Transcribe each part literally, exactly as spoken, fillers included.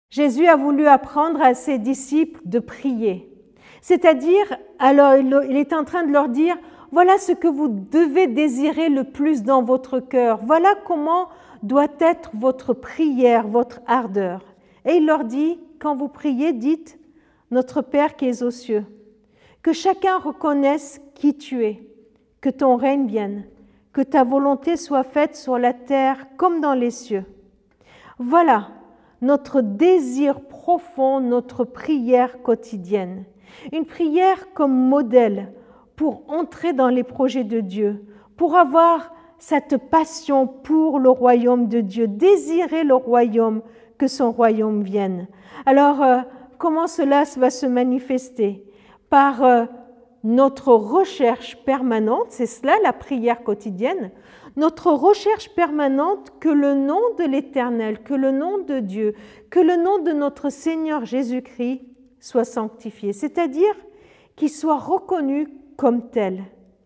Jésus a voulu apprendre à ses disciples de prier. C'est-à-dire, alors il est en train de leur dire, voilà ce que vous devez désirer le plus dans votre cœur. Voilà comment doit être votre prière, votre ardeur. Et il leur dit, quand vous priez, dites, notre Père qui es aux cieux, que chacun reconnaisse qui tu es, que ton règne vienne, que ta volonté soit faite sur la terre comme dans les cieux. Voilà notre désir profond, notre prière quotidienne. Une prière comme modèle pour entrer dans les projets de Dieu, pour avoir cette passion pour le royaume de Dieu, désirer le royaume, que son royaume vienne. Alors, euh, comment cela va se manifester? Par euh, notre recherche permanente, c'est cela la prière quotidienne, notre recherche permanente que le nom de l'Éternel, que le nom de Dieu, que le nom de notre Seigneur Jésus-Christ soit sanctifié, c'est-à-dire qu'il soit reconnu comme tel.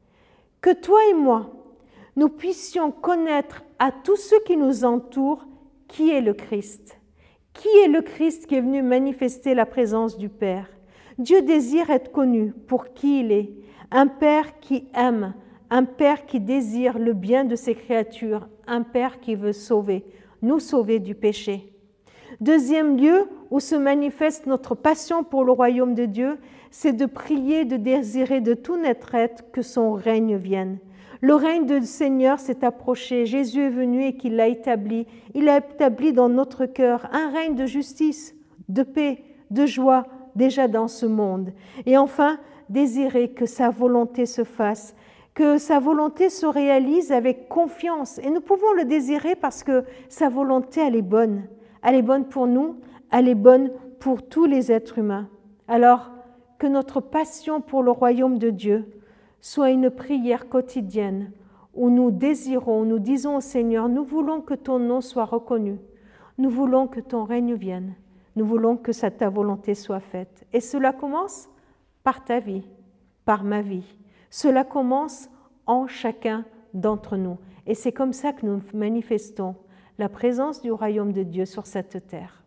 Que toi et moi, nous puissions connaître à tous ceux qui nous entourent qui est le Christ. Qui est le Christ qui est venu manifester la présence du Père? Dieu désire être connu pour qui il est, un Père qui aime, un Père qui désire le bien de ses créatures, un Père qui veut sauver, nous sauver du péché. Deuxième lieu où se manifeste notre passion pour le royaume de Dieu, c'est de prier, de désirer de tout notre être que son règne vienne. Le règne du Seigneur s'est approché, Jésus est venu et qu'il l'a établi. Il a établi dans notre cœur un règne de justice, de paix, de joie déjà dans ce monde. Et enfin, désirer que sa volonté se fasse, que sa volonté se réalise avec confiance. Et nous pouvons le désirer parce que sa volonté, elle est bonne. Elle est bonne pour nous, elle est bonne pour tous les êtres humains. Alors, que notre passion pour le royaume de Dieu soit une prière quotidienne où nous désirons, nous disons au Seigneur, nous voulons que ton nom soit reconnu, nous voulons que ton règne vienne, nous voulons que ta volonté soit faite. Et cela commence par ta vie, par ma vie. Cela commence en chacun d'entre nous. Et c'est comme ça que nous manifestons la présence du royaume de Dieu sur cette terre.